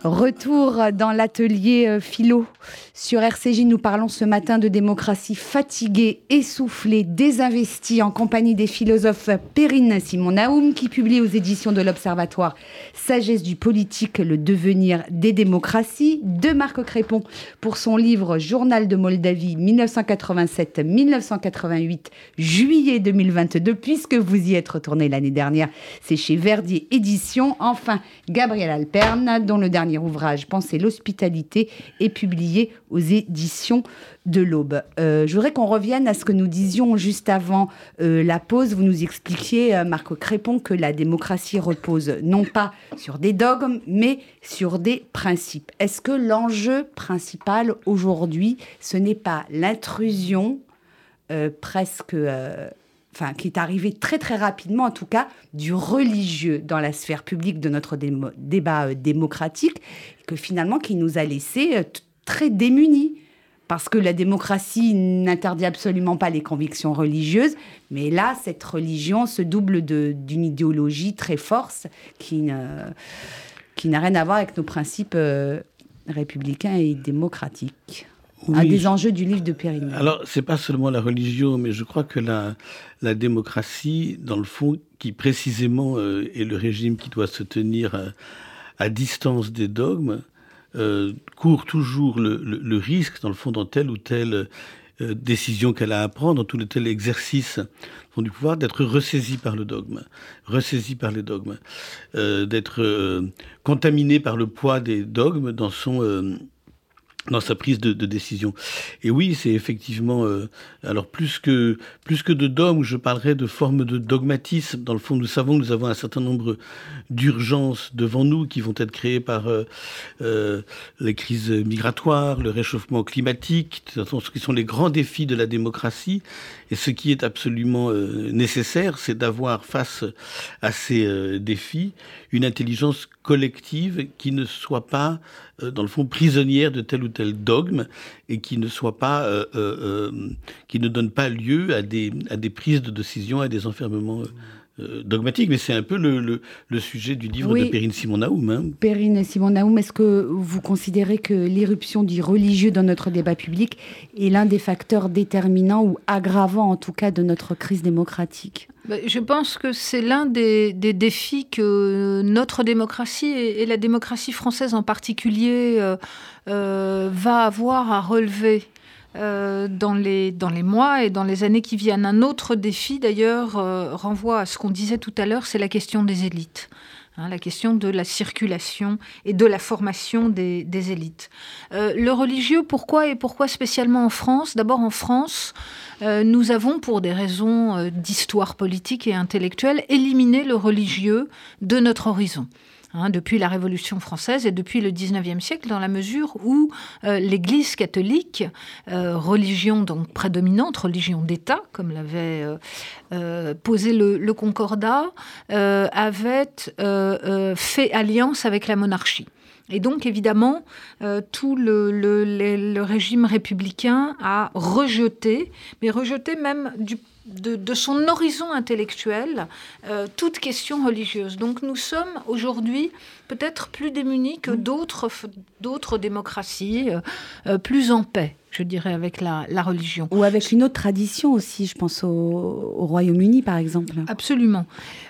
Retour dans l'atelier philo. Sur RCJ, nous parlons ce matin de démocratie fatiguée, essoufflée, désinvestie, en compagnie des philosophes Perrine Simon-Naoum, qui publie aux éditions de l'Observatoire Sagesse du politique, le devenir des démocraties, de Marc Crépon pour son livre Journal de Moldavie 1987-1988, juillet 2022, puisque vous y êtes retourné l'année dernière. C'est chez Verdier Éditions. Enfin, Gabriel Alperne, dont le dernier ouvrage Penser l'hospitalité est publié aux éditions de l'Aube. Je voudrais qu'on revienne à ce que nous disions juste avant la pause. Vous nous expliquiez, Marc Crépon, que la démocratie repose non pas sur des dogmes, mais sur des principes. Est-ce que l'enjeu principal aujourd'hui, ce n'est pas l'intrusion qui est arrivé très très rapidement, en tout cas, du religieux dans la sphère publique de notre débat démocratique, qui nous a laissés très démunis. Parce que la démocratie n'interdit absolument pas les convictions religieuses, mais là, cette religion se double d'une idéologie très forte qui n'a rien à voir avec nos principes républicains et démocratiques. Oui. Un des enjeux du livre de Perrine.
Alors, c'est pas seulement la religion, mais je crois que la démocratie, dans le fond, qui précisément est le régime qui doit se tenir à distance des dogmes, court toujours le risque, dans le fond, dans telle ou telle décision qu'elle a à prendre, dans tout ou tel exercice du pouvoir, d'être ressaisie par le dogme, d'être contaminée par le poids des dogmes dans sa prise de décision. Et oui, c'est effectivement... alors, plus que de dogme, je parlerais de forme de dogmatisme. Dans le fond, nous savons que nous avons un certain nombre d'urgences devant nous qui vont être créées par les crises migratoires, le réchauffement climatique, ce qui sont les grands défis de la démocratie. Et ce qui est absolument nécessaire, c'est d'avoir face à ces défis une intelligence collective qui ne soit pas, dans le fond, prisonnière de tel ou tel dogme et qui ne soit pas, qui ne donne pas lieu à des prises de décision, à des enfermements dogmatiques. Mais c'est un peu le sujet du livre de Perrine Simon-Naoum. Hein.
Perrine Simon-Naoum, est-ce que vous considérez que l'irruption du religieux dans notre débat public est l'un des facteurs déterminants ou aggravants, en tout cas, de notre crise démocratique ?
Je pense que c'est l'un des défis que notre démocratie et la démocratie française en particulier va avoir à relever dans les mois et dans les années qui viennent. Un autre défi, d'ailleurs, renvoie à ce qu'on disait tout à l'heure, c'est la question des élites. La question de la circulation et de la formation des élites. Le religieux, pourquoi spécialement en France ? D'abord, en France, nous avons, pour des raisons d'histoire politique et intellectuelle, éliminé le religieux de notre horizon. Depuis la Révolution française et depuis le XIXe siècle, dans la mesure où l'Église catholique, religion donc prédominante, religion d'État, comme l'avait posé le Concordat, avait fait alliance avec la monarchie. Et donc, évidemment, tout le régime républicain a rejeté même de son horizon intellectuel, toute question religieuse. Donc nous sommes aujourd'hui peut-être plus démunis que d'autres démocraties, plus en paix, je dirais, avec la religion.
Ou avec une autre tradition aussi, je pense au Royaume-Uni par exemple.
Absolument.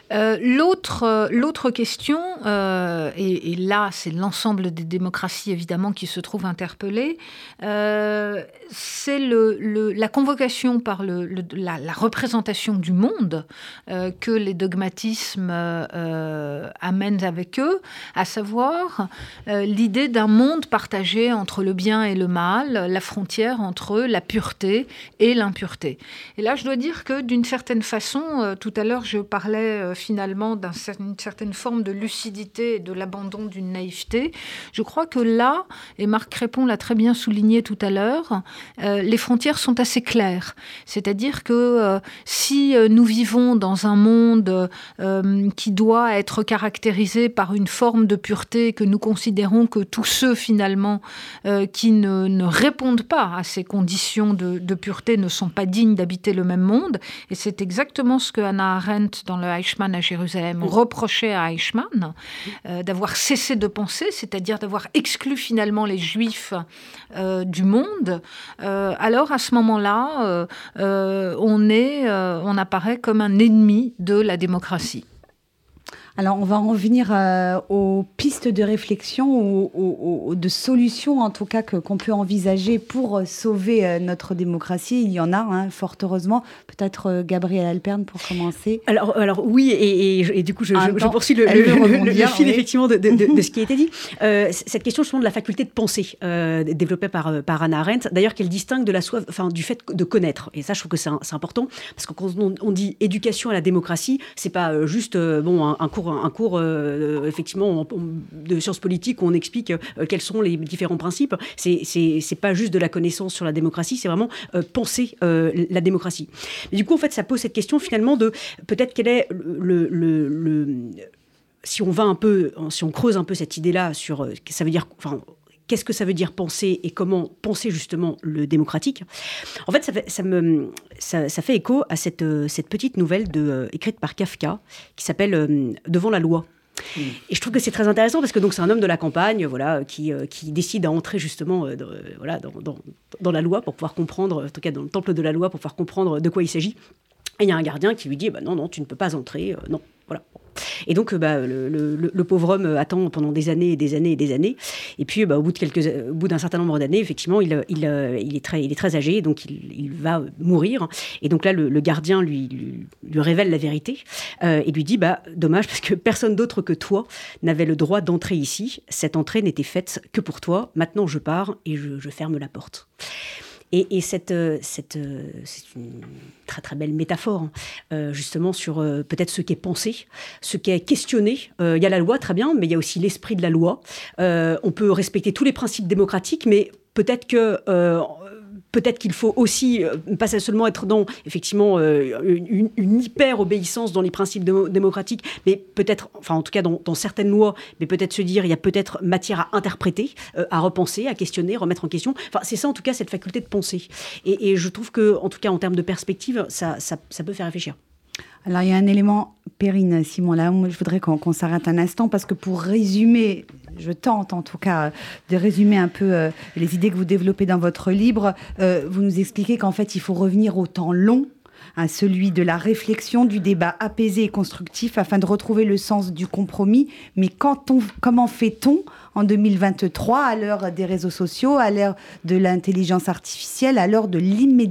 L'autre question, et là c'est l'ensemble des démocraties évidemment qui se trouvent interpellées, c'est la convocation par la représentation du monde que les dogmatismes amènent avec eux, à savoir l'idée d'un monde partagé entre le bien et le mal, la frontière entre la pureté et l'impureté. Et là je dois dire que d'une certaine façon, tout à l'heure je parlais finalement d'une certaine forme de lucidité et de l'abandon d'une naïveté. Je crois que là, et Marc Crépon l'a très bien souligné tout à l'heure, les frontières sont assez claires. C'est-à-dire que si nous vivons dans un monde qui doit être caractérisé par une forme de pureté, que nous considérons que tous ceux finalement qui ne répondent pas à ces conditions de pureté ne sont pas dignes d'habiter le même monde, et c'est exactement ce que Hannah Arendt dans le Eichmann à Jérusalem reprochait à Eichmann d'avoir cessé de penser, c'est-à-dire d'avoir exclu finalement les Juifs du monde, alors à ce moment-là, on apparaît comme un ennemi de la démocratie.
Alors, on va en venir aux pistes de réflexion, de solutions, en tout cas, qu'on peut envisager pour sauver notre démocratie. Il y en a, fort heureusement. Peut-être Gabrielle Alperne, pour commencer.
Alors oui, et du coup, je poursuis le fil, effectivement, de ce qui a été dit. Cette question, justement, de la faculté de penser, développée par Hannah Arendt, d'ailleurs, qu'elle distingue de la soif, du fait de connaître. Et ça, je trouve que c'est important, parce que quand on dit éducation à la démocratie, c'est pas juste, un cours effectivement de sciences politiques où on explique quels sont les différents principes. C'est pas juste de la connaissance sur la démocratie, c'est vraiment penser la démocratie. Mais du coup, en fait, ça pose cette question finalement de peut-être quel est si on creuse un peu cette idée-là sur ça veut dire, qu'est-ce que ça veut dire penser et comment penser justement le démocratique. En fait, ça fait écho à cette petite nouvelle écrite par Kafka qui s'appelle « Devant la loi ». Et je trouve que c'est très intéressant parce que donc, c'est un homme de la campagne qui décide à entrer justement dans la loi pour pouvoir comprendre, en tout cas dans le temple de la loi, pour pouvoir comprendre de quoi il s'agit. Et il y a un gardien qui lui dit non, tu ne peux pas entrer, non, voilà. Et donc, le pauvre homme attend pendant des années et des années et des années. Et puis, au bout d'un certain nombre d'années, effectivement, il est très âgé, donc il va mourir. Et donc là, le gardien lui révèle la vérité et lui dit, dommage, parce que personne d'autre que toi n'avait le droit d'entrer ici. Cette entrée n'était faite que pour toi. Maintenant, je pars et je ferme la porte. Et c'est une très très belle métaphore, justement sur peut-être ce qui est pensé, ce qui est questionné. Il y a la loi, très bien, mais il y a aussi l'esprit de la loi. On peut respecter tous les principes démocratiques, mais peut-être qu'il faut aussi, pas seulement être dans, effectivement, une hyper-obéissance dans les principes démocratiques, mais peut-être, en tout cas dans certaines lois, mais peut-être se dire, il y a peut-être matière à interpréter, à repenser, à questionner, remettre en question. C'est ça, en tout cas, cette faculté de penser. Et je trouve que, en tout cas, en termes de perspective, ça peut faire réfléchir.
Alors, il y a un élément, Perrine, Simon, là, moi, je voudrais qu'on s'arrête un instant, parce que pour résumer, je tente en tout cas de résumer un peu les idées que vous développez dans votre livre, vous nous expliquez qu'en fait, il faut revenir au temps long, celui de la réflexion, du débat apaisé et constructif, afin de retrouver le sens du compromis. Mais comment fait-on en 2023, à l'heure des réseaux sociaux, à l'heure de l'intelligence artificielle, à l'heure de l'immédiateté ?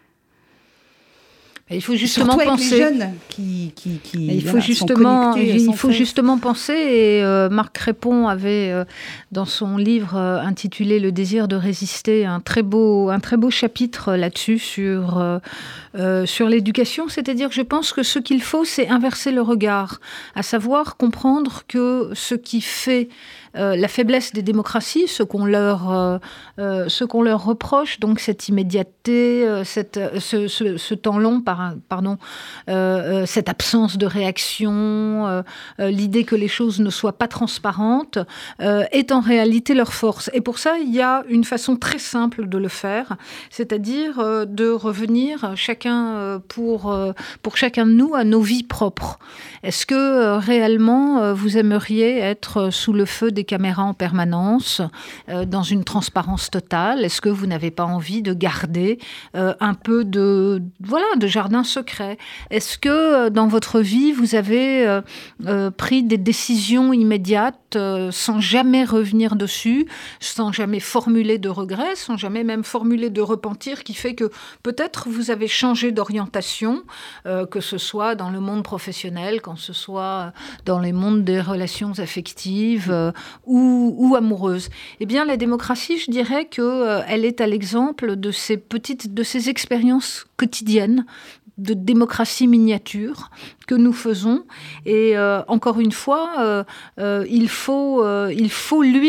Il faut justement penser.
Les jeunes
il faut justement penser. Et Marc Crépon avait, dans son livre intitulé Le désir de résister, un très beau chapitre là-dessus sur l'éducation. C'est-à-dire, je pense que ce qu'il faut, c'est inverser le regard, à savoir comprendre que ce qui fait la faiblesse des démocraties, ce qu'on leur reproche, donc cette immédiateté, ce temps long, cette absence de réaction, l'idée que les choses ne soient pas transparentes, est en réalité leur force. Et pour ça, il y a une façon très simple de le faire, c'est-à-dire de revenir pour chacun de nous à nos vies propres. Est-ce que réellement vous aimeriez être sous le feu des caméras en permanence, dans une transparence totale? Est-ce que vous n'avez pas envie de garder un peu de jardin secret? Est-ce que dans votre vie, vous avez pris des décisions immédiates sans jamais revenir dessus, sans jamais formuler de regrets, sans jamais même formuler de repentir, qui fait que peut-être vous avez changé d'orientation, que ce soit dans le monde professionnel, que ce soit dans les mondes des relations affectives ou amoureuses. Eh bien, la démocratie, je dirais qu'elle est à l'exemple de ces expériences quotidiennes de démocratie miniature que nous faisons. Et encore une fois, il faut lui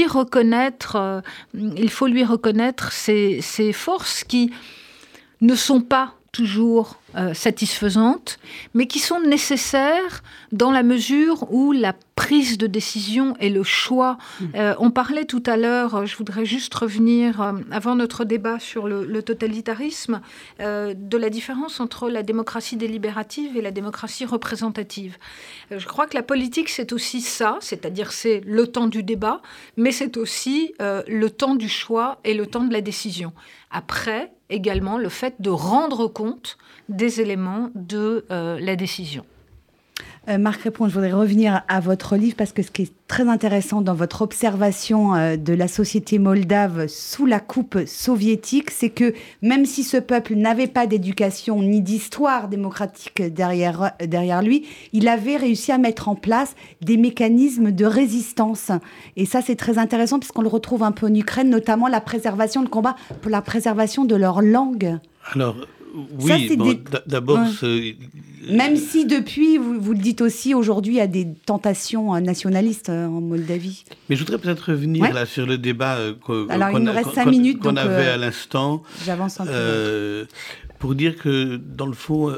reconnaître ces forces qui ne sont pas toujours satisfaisantes, mais qui sont nécessaires dans la mesure où la prise de décision et le choix. On parlait tout à l'heure, je voudrais juste revenir, avant notre débat sur le totalitarisme, de la différence entre la démocratie délibérative et la démocratie représentative. Je crois que la politique, c'est aussi ça, c'est-à-dire c'est le temps du débat, mais c'est aussi le temps du choix et le temps de la décision. Après, également, le fait de rendre compte des éléments de la décision.
Marc Répond, je voudrais revenir à votre livre parce que ce qui est très intéressant dans votre observation de la société moldave sous la coupe soviétique, c'est que même si ce peuple n'avait pas d'éducation ni d'histoire démocratique derrière lui, il avait réussi à mettre en place des mécanismes de résistance. Et ça, c'est très intéressant puisqu'on le retrouve un peu en Ukraine, notamment la préservation de combat pour la préservation de leur langue.
Alors, oui, d'abord...
Même si depuis, vous le dites aussi, aujourd'hui, il y a des tentations nationalistes en Moldavie.
Mais je voudrais peut-être revenir là, sur le débat qu'on avait à l'instant.
J'avance un peu.
Pour dire que, dans le fond,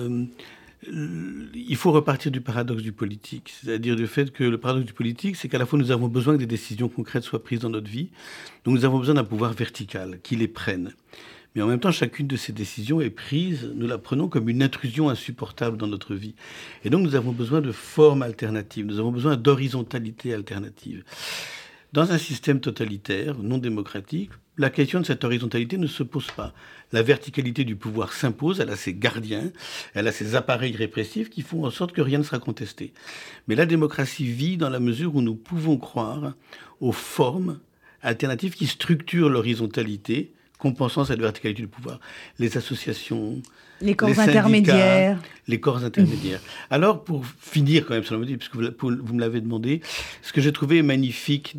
il faut repartir du paradoxe du politique. C'est-à-dire du fait que le paradoxe du politique, c'est qu'à la fois, nous avons besoin que des décisions concrètes soient prises dans notre vie. Donc, nous avons besoin d'un pouvoir vertical qui les prenne. Mais en même temps, chacune de ces décisions est prise, nous la prenons comme une intrusion insupportable dans notre vie. Et donc, nous avons besoin de formes alternatives, nous avons besoin d'horizontalité alternative. Dans un système totalitaire, non démocratique, la question de cette horizontalité ne se pose pas. La verticalité du pouvoir s'impose, elle a ses gardiens, elle a ses appareils répressifs qui font en sorte que rien ne sera contesté. Mais la démocratie vit dans la mesure où nous pouvons croire aux formes alternatives qui structurent l'horizontalité, compensant cette verticalité du pouvoir. Les associations,
les corps intermédiaires.
Les corps intermédiaires. Alors, pour finir quand même sur le modèle, puisque vous me l'avez demandé, ce que j'ai trouvé magnifique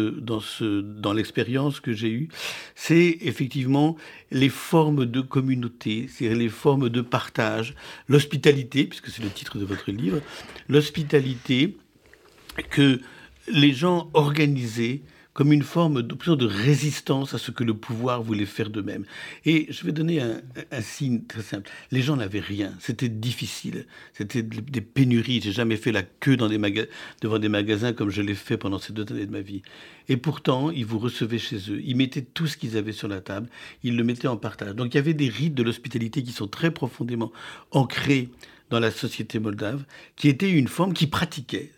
dans l'expérience que j'ai eue, c'est effectivement les formes de communauté, c'est les formes de partage, l'hospitalité, puisque c'est le titre de votre livre, l'hospitalité que les gens organisaient comme une forme de résistance à ce que le pouvoir voulait faire d'eux-mêmes. Et je vais donner un signe très simple. Les gens n'avaient rien. C'était difficile. C'était des pénuries. J'ai jamais fait la queue devant des magasins comme je l'ai fait pendant ces 2 années de ma vie. Et pourtant, ils vous recevaient chez eux. Ils mettaient tout ce qu'ils avaient sur la table. Ils le mettaient en partage. Donc il y avait des rites de l'hospitalité qui sont très profondément ancrés dans la société moldave, qui étaient une forme qui pratiquait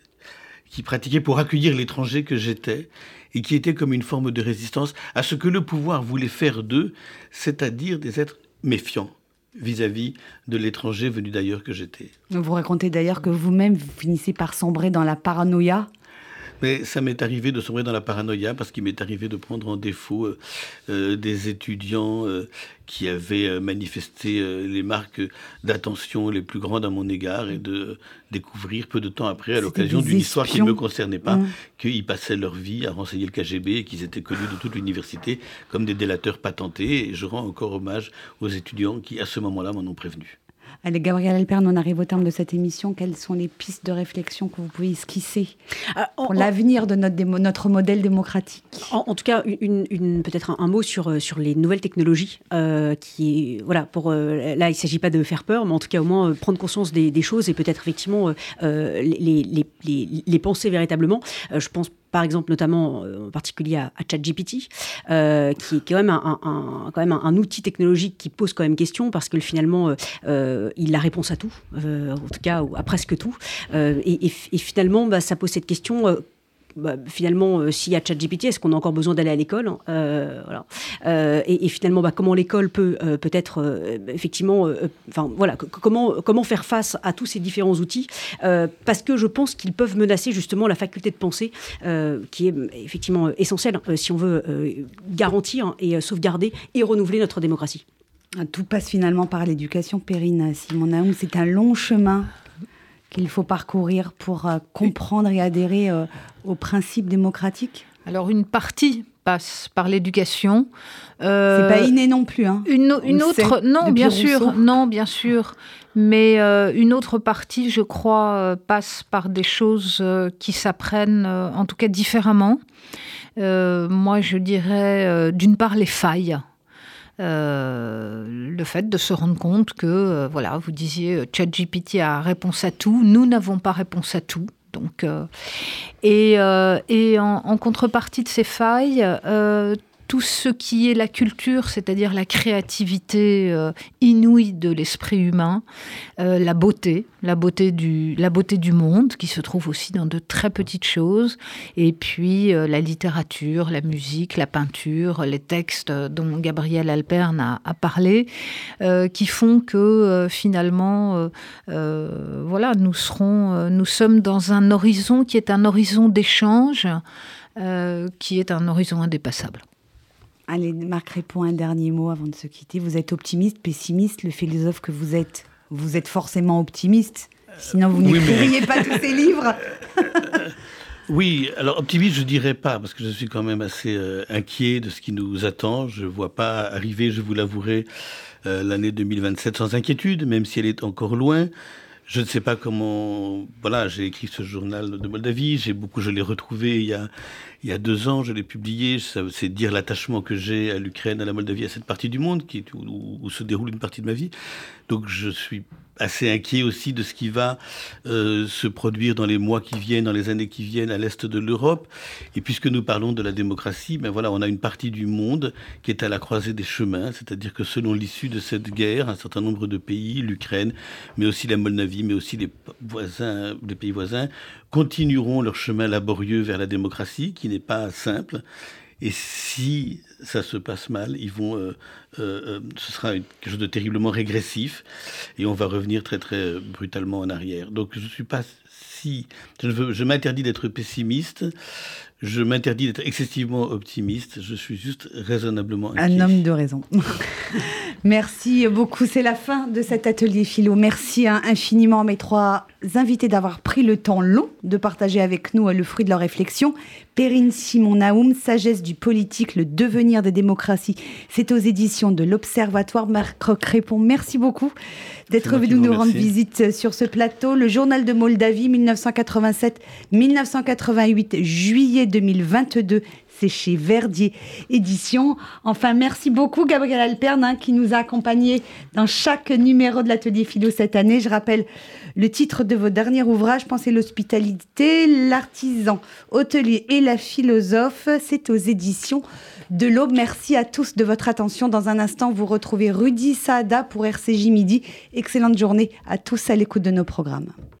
pour accueillir l'étranger que j'étais, et qui était comme une forme de résistance à ce que le pouvoir voulait faire d'eux, c'est-à-dire des êtres méfiants vis-à-vis de l'étranger venu d'ailleurs que j'étais.
Vous racontez d'ailleurs que vous-même, vous finissez par sombrer dans la paranoïa.
Mais ça m'est arrivé de sombrer dans la paranoïa parce qu'il m'est arrivé de prendre en défaut des étudiants qui avaient manifesté les marques d'attention les plus grandes à mon égard et de découvrir peu de temps après, à l'occasion d'une histoire qui ne me concernait pas, qu'ils passaient leur vie à renseigner le KGB et qu'ils étaient connus de toute l'université comme des délateurs patentés. Et je rends encore hommage aux étudiants qui, à ce moment-là, m'en ont prévenu.
Allez, Gabrielle Alperne, on arrive au terme de cette émission. Quelles sont les pistes de réflexion que vous pouvez esquisser pour l'avenir de notre modèle démocratique ?
En tout cas, peut-être un mot sur les nouvelles technologies. Là, il ne s'agit pas de faire peur, mais en tout cas, au moins, prendre conscience des choses et peut-être effectivement les penser véritablement. Je pense par exemple, notamment en particulier à ChatGPT, qui est quand même un outil technologique qui pose quand même question, parce que finalement, il a réponse à tout, en tout cas à presque tout. Et finalement, ça pose cette question... finalement, s'il y a ChatGPT, est-ce qu'on a encore besoin d'aller à l'école ? Voilà. Et finalement, comment l'école peut-être effectivement, comment faire face à tous ces différents outils, parce que je pense qu'ils peuvent menacer justement la faculté de penser, qui est effectivement essentielle si on veut garantir et sauvegarder et renouveler notre démocratie.
Tout passe finalement par l'éducation, Perrine Simon-Naoum. C'est un long chemin qu'il faut parcourir pour comprendre et adhérer aux principes démocratiques ?
Alors, une partie passe par l'éducation.
C'est pas inné non plus. Hein.
Une autre, non, bien sûr. Mais une autre partie, je crois, passe par des choses qui s'apprennent, en tout cas différemment. Moi, je dirais, d'une part, les failles. le fait de se rendre compte que, voilà, vous disiez, ChatGPT a réponse à tout, nous n'avons pas réponse à tout. Donc, et en contrepartie de ces failles, tout ce qui est la culture, c'est-à-dire la créativité inouïe de l'esprit humain, la beauté du monde, qui se trouve aussi dans de très petites choses, et puis la littérature, la musique, la peinture, les textes dont Gabriel Alpern a parlé, qui font que finalement, voilà, nous sommes dans un horizon qui est un horizon d'échange, qui est un horizon indépassable.
Allez, Marc Répond, un dernier mot avant de se quitter. Vous êtes optimiste, pessimiste, le philosophe que vous êtes forcément optimiste. Sinon, vous n'écririez pas tous ces livres.
Oui, alors optimiste, je dirais pas, parce que je suis quand même assez inquiet de ce qui nous attend. Je vois pas arriver, je vous l'avouerai, l'année 2027 sans inquiétude, même si elle est encore loin. Je ne sais pas comment... Voilà, j'ai écrit ce journal de Moldavie, je l'ai retrouvé il y a 2 ans, je l'ai publié. C'est dire l'attachement que j'ai à l'Ukraine, à la Moldavie, à cette partie du monde où se déroule une partie de ma vie. Donc je suis assez inquiet aussi de ce qui va se produire dans les mois qui viennent, dans les années qui viennent à l'est de l'Europe. Et puisque nous parlons de la démocratie, ben voilà, on a une partie du monde qui est à la croisée des chemins, c'est-à-dire que selon l'issue de cette guerre, un certain nombre de pays, l'Ukraine, mais aussi la Moldavie, mais aussi les pays voisins, continueront leur chemin laborieux vers la démocratie, qui n'est pas simple. Et si ça se passe mal, ce sera quelque chose de terriblement régressif et on va revenir très très brutalement en arrière. Donc je suis pas je m'interdis d'être pessimiste, je m'interdis d'être excessivement optimiste, je suis juste raisonnablement inquiet.
Un homme de raison. Merci beaucoup, c'est la fin de cet atelier philo. Merci infiniment à mes 3 invités d'avoir pris le temps long de partager avec nous le fruit de leur réflexion. Perrine Simon-Naoum, Sagesse du politique, le devenir des démocraties. C'est aux éditions de l'Observatoire. Marc Répond, merci beaucoup d'être venu nous rendre visite sur ce plateau. Le journal de Moldavie, 1987-1988, juillet 2022. C'est chez Verdier Éditions. Enfin, merci beaucoup Gabriel Alpern qui nous a accompagnés dans chaque numéro de l'Atelier Philo cette année. Je rappelle le titre de votre dernier ouvrage, Penser l'hospitalité, l'artisan, hôtelier et la philosophe. C'est aux éditions de l'Aube. Merci à tous de votre attention. Dans un instant, vous retrouvez Rudy Saada pour RCJ Midi. Excellente journée à tous à l'écoute de nos programmes.